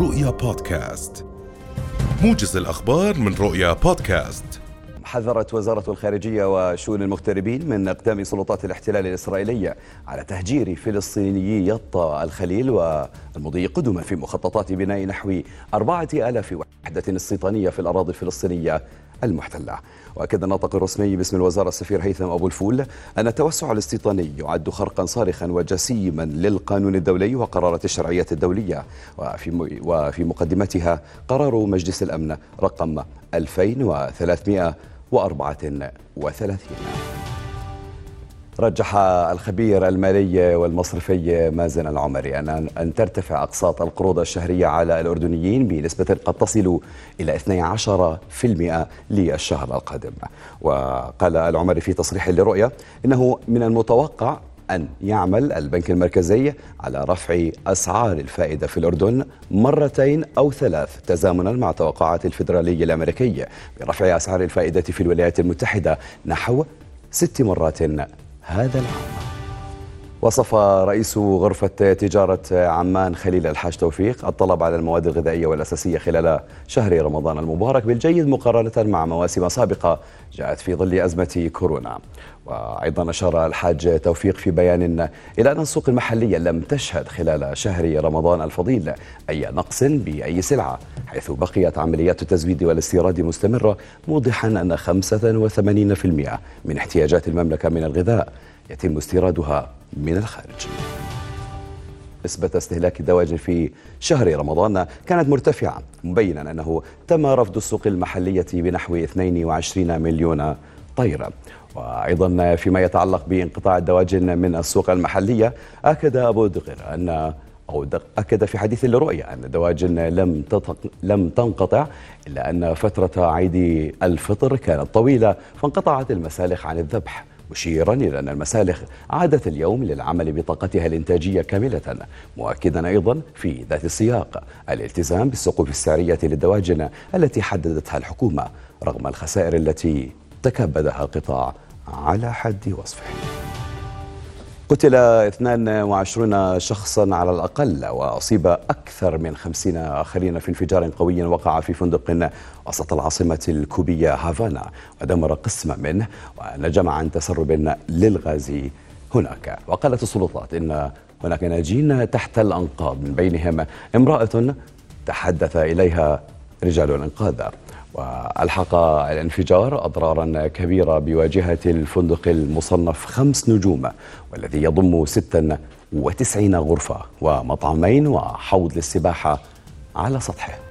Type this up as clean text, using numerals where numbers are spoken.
رؤيا بودكاست، موجز الأخبار من رؤيا بودكاست. حذرت وزارة الخارجية وشؤون المغتربين من إقدام سلطات الاحتلال الإسرائيلية على تهجير فلسطينيي يطا الخليل والمضي قدما في مخططات بناء نحو 4000 وحدة استيطانية في الأراضي الفلسطينية المحتلة. وأكد الناطق الرسمي باسم الوزارة السفير هيثم أبو الفول أن التوسع الاستيطاني يعد خرقا صارخا وجسيما للقانون الدولي وقرارات الشرعية الدولية، وفي مقدمتها قرار مجلس الأمن رقم 2334. رجح الخبير المالي والمصرفي مازن العمري أن ترتفع أقساط القروض الشهرية على الأردنيين بنسبة قد تصل إلى 12% للشهر القادم. وقال العمري في تصريح لرؤيا إنه من المتوقع أن يعمل البنك المركزي على رفع أسعار الفائدة في الأردن مرتين أو ثلاث تزامنا مع توقعات الفيدرالي الأمريكي برفع أسعار الفائدة في الولايات المتحدة نحو 6 مرات هذا العام. وصف رئيس غرفة تجارة عمان خليل الحاج توفيق الطلب على المواد الغذائية والأساسية خلال شهر رمضان المبارك بالجيد مقارنة مع مواسم سابقة جاءت في ظل أزمة كورونا. وأيضا أشار الحاج توفيق في بيان إلى أن السوق المحلية لم تشهد خلال شهر رمضان الفضيل أي نقص بأي سلعة، حيث بقيت عمليات التزويد والاستيراد مستمرة، موضحا أن 85% من احتياجات المملكة من الغذاء يتم استيرادها من الخارج. نسبة استهلاك الدواجن في شهر رمضان كانت مرتفعة، مبينا أنه تم رفض السوق المحلية بنحو 22 مليون طيرة. وأيضا فيما يتعلق بانقطاع الدواجن من السوق المحلية، أكد أبو دغر أكد في حديث لرؤيا أن الدواجن لم تنقطع، إلا أن فترة عيد الفطر كانت طويلة فانقطعت المسالخ عن الذبح، مشيرا إلى أن المسالخ عادت اليوم للعمل بطاقتها الإنتاجية كاملة، مؤكدا أيضا في ذات السياق الالتزام بالسقوف السعرية للدواجن التي حددتها الحكومة رغم الخسائر التي تكبدها القطاع على حد وصفه. قتل 22 شخصا على الأقل وأصيب أكثر من 50 آخرين في انفجار قوي وقع في فندق وسط العاصمة الكوبية هافانا ودمر قسما منه ونجم عن تسرب للغاز هناك. وقالت السلطات إن هناك ناجين تحت الأنقاض، من بينهم امرأة تحدث إليها رجال الإنقاذ. وألحق الانفجار أضرارا كبيرة بواجهة الفندق المصنف 5 نجوم والذي يضم 96 غرفة ومطعمين وحوض للسباحة على سطحه.